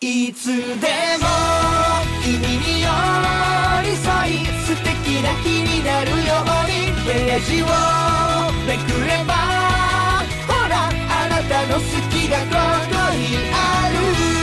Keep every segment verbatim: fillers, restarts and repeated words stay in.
いつでも君に寄り添い素敵な日になるようにページをめくればほらあなたの好きがここにある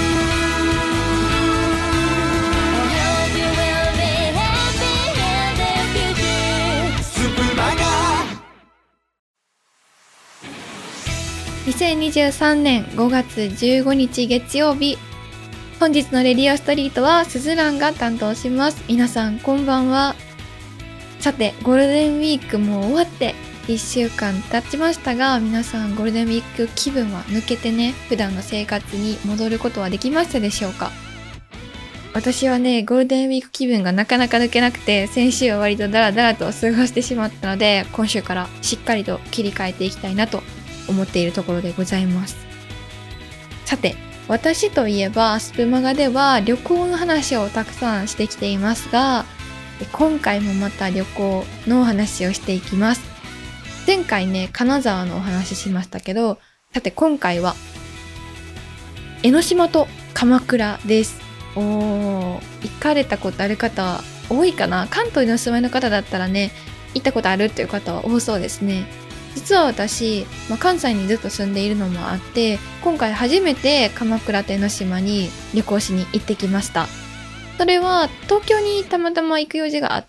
にせんにじゅうさんねんごがつじゅうごにち月曜日、本日のレディオストリートはすずらんが担当します。皆さんこんばんは。さてゴールデンウィークも終わっていっしゅうかん経ちましたが、皆さんゴールデンウィーク気分は抜けてね、普段の生活に戻ることはできましたでしょうか。私はね、ゴールデンウィーク気分がなかなか抜けなくて、先週は割とダラダラと過ごしてしまったので、今週からしっかりと切り替えていきたいなと思っているところでございます。さて、私といえばスプマガでは旅行の話をたくさんしてきていますが、今回もまた旅行のお話をしていきます。前回ね、金沢のお話ししましたけど、さて今回は江ノ島と鎌倉です。おー、行かれたことある方多いかな。関東にお住まいの方だったらね、行ったことあるっていう方は多そうですね。実は私、まあ、関西にずっと住んでいるのもあって、今回初めて鎌倉と江ノ島に旅行しに行ってきました。それは東京にたまたま行く用事があって、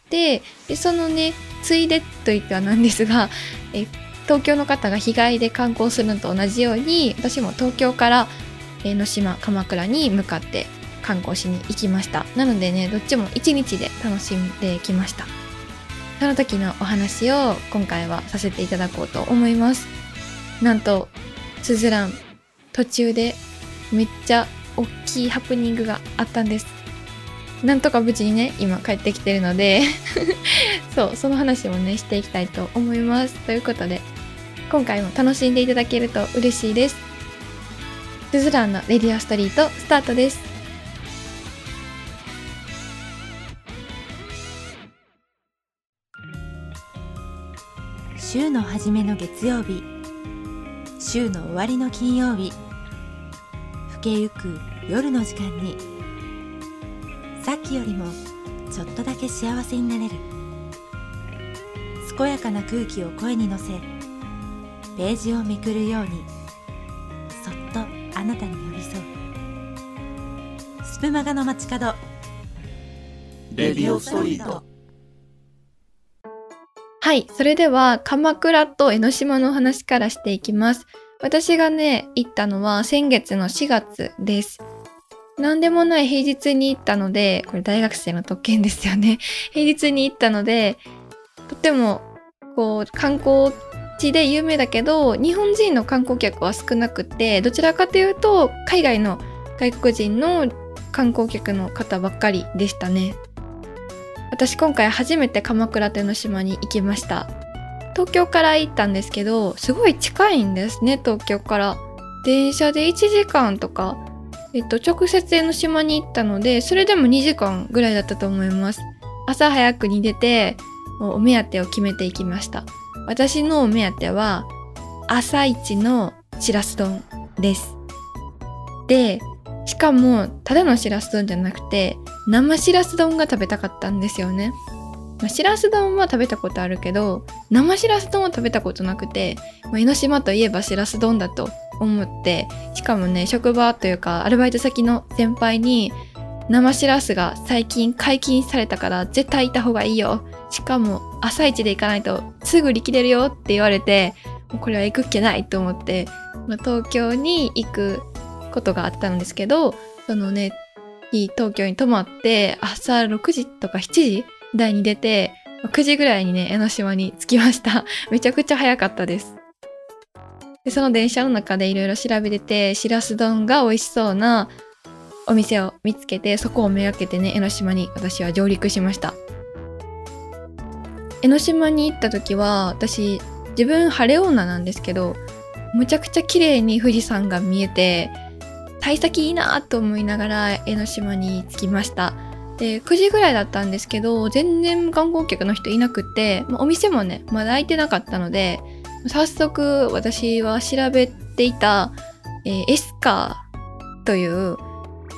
でそのね、ついでと言ってはなんですが、え東京の方が日帰りで観光するのと同じように、私も東京から江ノ島、鎌倉に向かって観光しに行きました。なのでね、どっちもいちにちで楽しんできました。その時のお話を今回はさせていただこうと思います。なんとすずらん途中でめっちゃ大きいハプニングがあったんです。なんとか無事にね、今帰ってきてるのでそうその話もねしていきたいと思います。ということで今回も楽しんでいただけると嬉しいです。すずらんのレディオストリートスタートです。 週の初めの月曜日、週の終わりの金曜日、更けゆく夜の時間にさっきよりもちょっとだけ幸せになれる、健やかな空気を声に乗せページをめくるようにそっとあなたに寄り添うスプマガの街角レディオストリート。 はい、それでは鎌倉と江ノ島の話からしていきます。私がね、行ったのは先月のしがつです。なんでもない平日に行ったので、これ大学生の特権ですよね。平日に行ったので、とってもこう観光地で有名だけど、日本人の観光客は少なくて、どちらかというと海外の外国人の観光客の方ばっかりでしたね。私今回初めて鎌倉と江ノ島に行きました。東京から行ったんですけど、すごい近いんですね、東京から。電車でいちじかんとか、えっと、直接江ノ島に行ったので、それでもにじかんぐらいだったと思います。朝早くに出て、もうお目当てを決めていきました。私のお目当ては、朝一のしらす丼です。で、しかも、ただのしらす丼じゃなくて、生しらす丼が食べたかったんですよね。まあ、しらす丼は食べたことあるけど、生しらす丼は食べたことなくて、まあ、江ノ島といえばしらす丼だと思って、しかもね、職場というかアルバイト先の先輩に、生しらすが最近解禁されたから絶対行った方がいいよ。しかも朝一で行かないとすぐ売り切れるよって言われて、これは行くっけないと思って、まあ、東京に行くことがあったんですけど、そのね、東京に泊まって朝ろくじとかしちじ台に出てくじぐらいにね、江ノ島に着きました。めちゃくちゃ早かったです。でその電車の中でいろいろ調べてて、しらす丼が美味しそうなお店を見つけて、そこをめがけてね、江ノ島に私は上陸しました。江ノ島に行った時は、私自分晴れ女なんですけど、むちゃくちゃ綺麗に富士山が見えて、幸先いいなと思いながら江ノ島に着きました。でくじぐらいだったんですけど、全然観光客の人いなくて、お店もねまだ開いてなかったので、早速私は調べていた、えー、エスカーという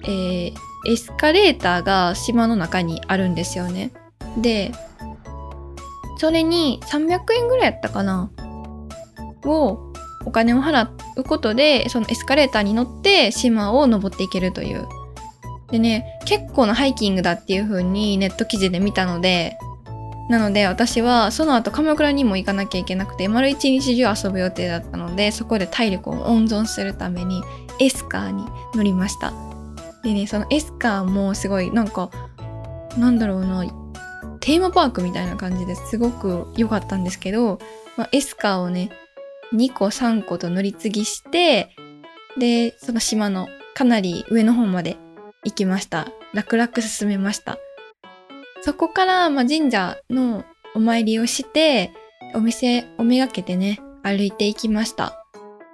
えー、エスカレーターが島の中にあるんですよね。でそれにさんびゃくえんぐらいやったかなをお金を払うことで、そのエスカレーターに乗って島を登っていけるという。でね、結構なハイキングだっていう風にネット記事で見たので、なので私はその後鎌倉にも行かなきゃいけなくて、丸一日中遊ぶ予定だったので、そこで体力を温存するためにエスカーに乗りました。でね、そのエスカーもすごいなんかなんだろうな、テーマパークみたいな感じですごく良かったんですけど、まあ、エスカーをねにこさんこと乗り継ぎして、でその島のかなり上の方まで行きました。楽々進めました。そこから、まあ、神社のお参りをしてお店をめがけてね歩いていきました。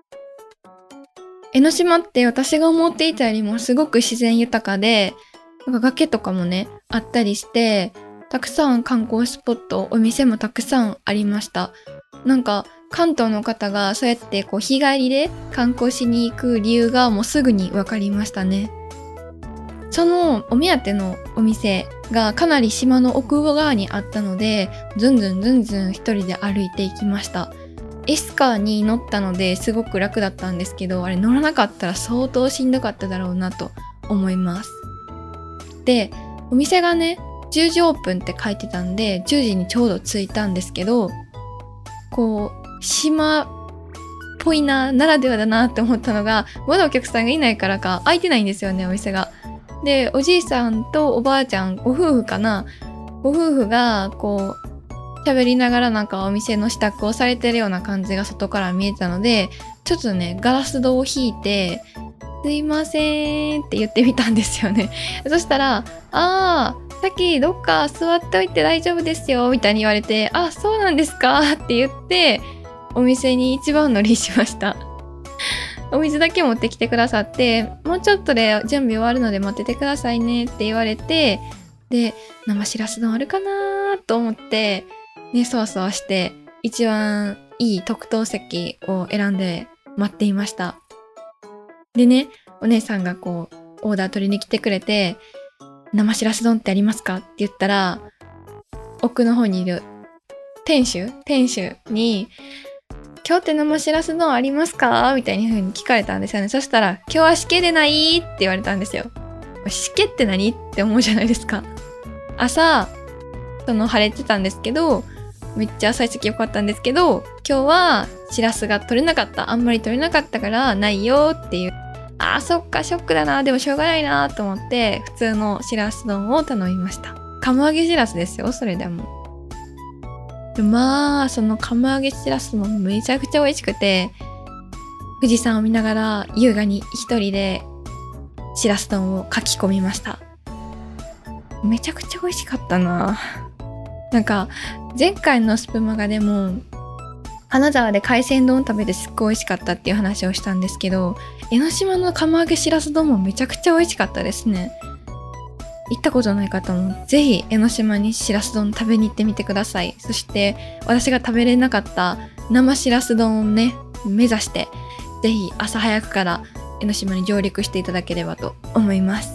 江ノ島って私が思っていたよりもすごく自然豊かで、なんか崖とかもねあったりして、たくさん観光スポット、お店もたくさんありました。なんか関東の方がそうやってこう日帰りで観光しに行く理由がもうすぐに分かりましたね。そのお目当てのお店がかなり島の奥側にあったので、ずんずんずんずん一人で歩いていきました。エスカーに乗ったのですごく楽だったんですけど、あれ乗らなかったら相当しんどかっただろうなと思います。で、お店がねじゅうじオープンって書いてたんでじゅうじにちょうど着いたんですけど、こう島っぽいな、ならではだなって思ったのが、まだお客さんがいないからか開いてないんですよね、お店が。でおじいさんとおばあちゃんご夫婦かな、ご夫婦がこう喋りながらなんかお店の支度をされてるような感じが外から見えたので、ちょっとねガラス戸を引いてすいませんって言ってみたんですよね。そしたら、あーさっきどっか座っておいて大丈夫ですよみたいに言われて、あ、そうなんですかって言ってお店に一番乗りしました。お水だけ持ってきてくださって、もうちょっとで準備終わるので待っててくださいねって言われて、で生しらす丼あるかなと思ってね、そわそわして一番いい特等席を選んで待っていました。でね、お姉さんがこうオーダー取りに来てくれて、生しらす丼ってありますかって言ったら、奥の方にいる店主店主に、今日って生しらす丼ありますかみたいな風に聞かれたんですよね。そしたら、今日はしけでないって言われたんですよ。しけって何って思うじゃないですか。朝その晴れてたんですけど、めっちゃ幸先良かったんですけど、今日はしらすが取れなかった、あんまり取れなかったからないよっていう。あーそっか、ショックだな、でもしょうがないなと思って普通のしらす丼を頼みました。釜揚げしらすですよ、それでも。でまあその釜揚げしらすもめちゃくちゃ美味しくて、富士山を見ながら優雅に一人でしらす丼をかき込みました。めちゃくちゃ美味しかったな。なんか前回のスプマガでも金沢で海鮮丼食べてすっごい美味しかったっていう話をしたんですけど、江ノ島の釜揚げしらす丼もめちゃくちゃ美味しかったですね。行ったことない方もぜひ江ノ島にしらす丼食べに行ってみてください。そして私が食べれなかった生しらす丼をね目指して、ぜひ朝早くから江ノ島に上陸していただければと思います。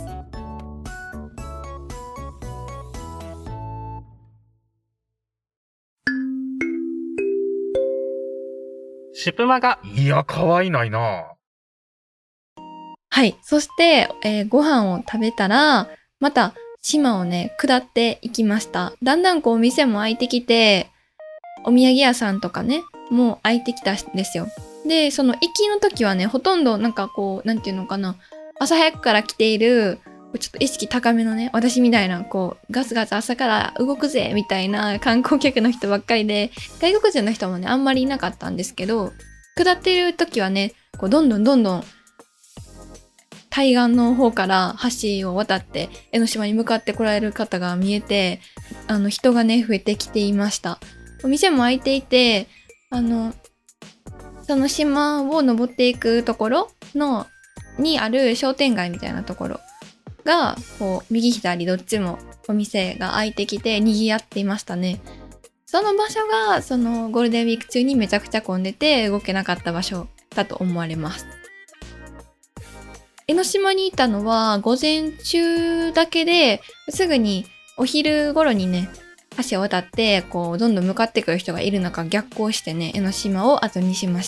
シュプマガ。 いや、可愛いないな。 はい。そして、えー、ご飯を食べたら、また島をね、下っていきました。だんだんこうお店も開いてきて、お土産屋さんとかね、もう開いてきたんですよ。で、その行きの時はね、ほとんどなんかこう、なんていうのかな、朝早くから来ている、ちょっと意識高めのね、私みたいな、こう、ガツガツ朝から動くぜみたいな観光客の人ばっかりで、外国人の人もね、あんまりいなかったんですけど、下っている時はね、こうどんどんどんどん対岸の方から橋を渡って江ノ島に向かって来られる方が見えて、あの人がね増えてきていました。お店も開いていて、あのその島を登っていくところのにある商店街みたいなところがこう右左どっちもお店が開いてきて賑わっていましたね。その場所がそのゴールデンウィーク中にめちゃくちゃ混んでて動けなかった場所だと思われます。 江ノ島にいたのは午前中だけで、すぐにお昼頃にね、橋を渡って、こう、どんどん向かってくる人がいる中、逆行してね、江ノ島を後にしました。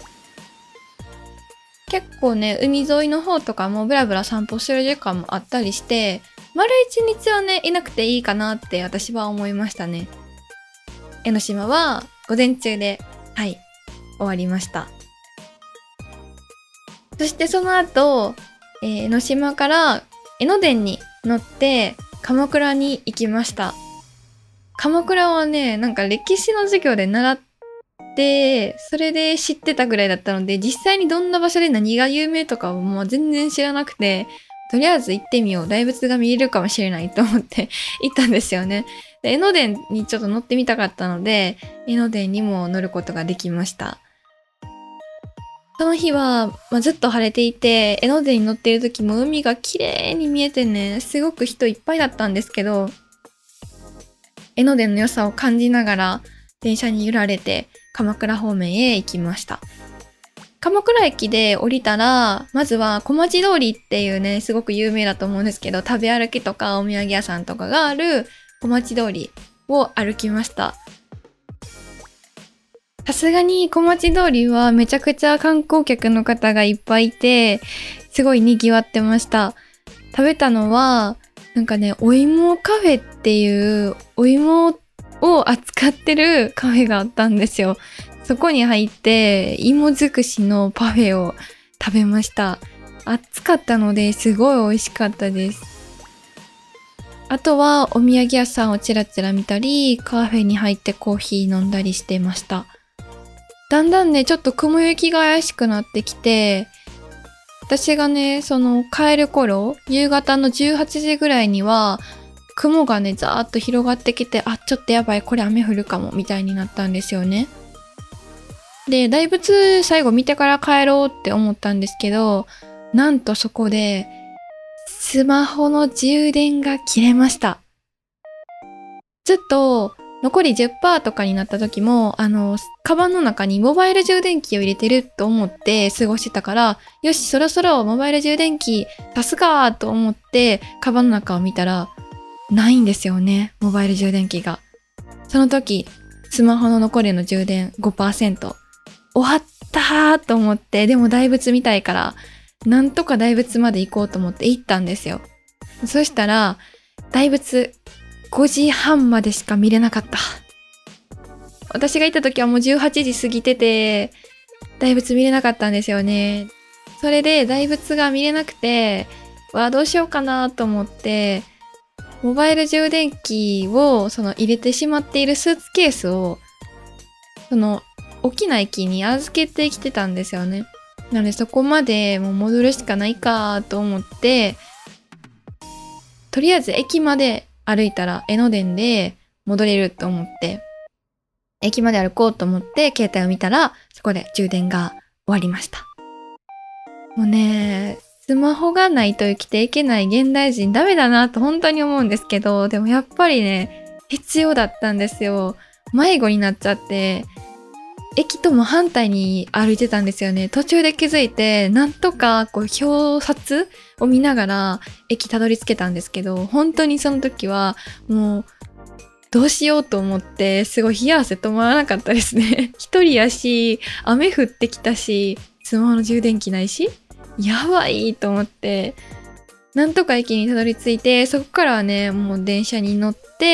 結構ね、海沿いの方とかもブラブラ散歩する時間もあったりして、丸一日はね、いなくていいかなって私は思いましたね。江ノ島は午前中で、はい、終わりました。そしてその後、えー、江ノ島から江ノ電に乗って鎌倉に行きました。鎌倉はね、なんか歴史の授業で習って、それで知ってたぐらいだったので、実際にどんな場所で何が有名とかをもう全然知らなくて、とりあえず行ってみよう。大仏が見えるかもしれないと思って行ったんですよね。で、江ノ電にちょっと乗ってみたかったので、江ノ電にも乗ることができました。その日は、まあ、ずっと晴れていて、江ノ電に乗っている時も海が綺麗に見えてね、すごく人いっぱいだったんですけど、江ノ電の良さを感じながら電車に揺られて鎌倉方面へ行きました。鎌倉駅で降りたら、まずは小町通りっていうね、すごく有名だと思うんですけど、食べ歩きとかお土産屋さんとかがある小町通りを歩きました。さすがに小町通りはめちゃくちゃ観光客の方がいっぱいいて、すごい賑わってました。食べたのは、なんかね、お芋カフェっていうお芋を扱ってるカフェがあったんですよ。そこに入って芋尽くしのパフェを食べました。暑かったのですごい美味しかったです。あとはお土産屋さんをちらちら見たり、カフェに入ってコーヒー飲んだりしてました。だんだんね、ちょっと雲行きが怪しくなってきて、私がね、その帰る頃、夕方のじゅうはちじぐらいには、雲がね、ざーっと広がってきて、あ、ちょっとやばい、これ雨降るかも、みたいになったんですよね。で、大仏最後見てから帰ろうって思ったんですけど、なんとそこで、スマホの充電が切れました。ずっと、残り じゅっパーセント とかになった時も、あの、カバンの中にモバイル充電器を入れてると思って過ごしてたから、よし、そろそろモバイル充電器足すかと思って、カバンの中を見たら、ないんですよね、モバイル充電器が。その時、スマホの残りの充電 ごパーセント。終わったーと思って、でも大仏見たいから、なんとか大仏まで行こうと思って行ったんですよ。そしたら、大仏、ごじはんまでしか見れなかった。私が行った時はもうじゅうはちじ過ぎてて、大仏見れなかったんですよね。それで大仏が見れなくて、わあどうしようかなと思って、モバイル充電器をその入れてしまっているスーツケースを、その大きな駅に預けてきてたんですよね。なのでそこまでもう戻るしかないかと思って、とりあえず駅まで歩いたら江ノ電で戻れると思って、駅まで歩こうと思って携帯を見たら、そこで充電が終わりました。もうね、スマホがないと生きていけない現代人ダメだなと本当に思うんですけど、でもやっぱりね、必要だったんですよ。迷子になっちゃって、駅とも反対に歩いてたんですよね。途中で気づいて、なんとかこう表札を見ながら駅たどり着けたんですけど、本当にその時はもうどうしようと思って、すごい冷や汗止まらなかったですね。一人やし、雨降ってきたし、スマホの充電器ないし、やばいと思って、なんとか駅にたどり着いて、そこからはね、もう電車に乗って、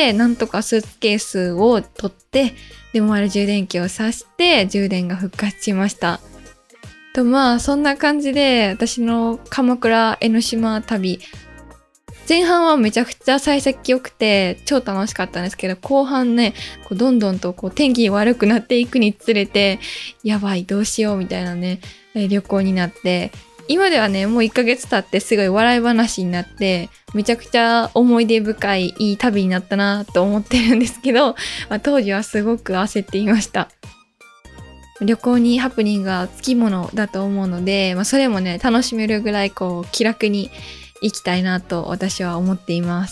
なんとかスーツケースを取って、でモバイル充電器を挿して充電が復活しました。とまあそんな感じで私の鎌倉江ノ島旅、前半はめちゃくちゃ幸先良くて超楽しかったんですけど、後半ねこうどんどんとこう天気悪くなっていくにつれて、やばいどうしようみたいなね旅行になって、今ではねもういっかげつ経ってすごい笑い話になって、めちゃくちゃ思い出深いいい旅になったなと思ってるんですけど、まあ、当時はすごく焦っていました。旅行にハプニングがつきものだと思うので、まあ、それもね楽しめるぐらいこう気楽に行きたいなと私は思っています。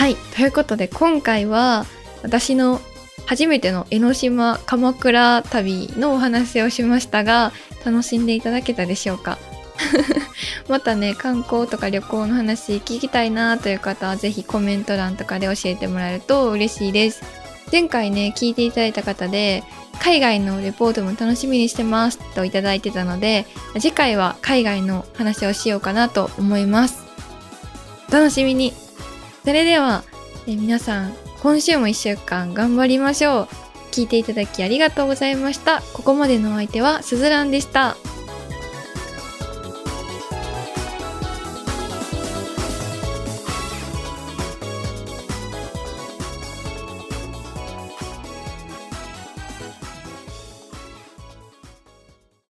はい、ということで今回は私の初めての江ノ島鎌倉旅のお話をしましたが、楽しんでいただけたでしょうか。またね、観光とか旅行の話聞きたいなという方はぜひコメント欄とかで教えてもらえると嬉しいです。前回ね、聞いていただいた方で海外のレポートも楽しみにしてますといただいてたので、次回は海外の話をしようかなと思います。お楽しみに。それではえ皆さん、今週もいっしゅうかん頑張りましょう。聞いていただきありがとうございました。ここまでのお相手はすずらんでした。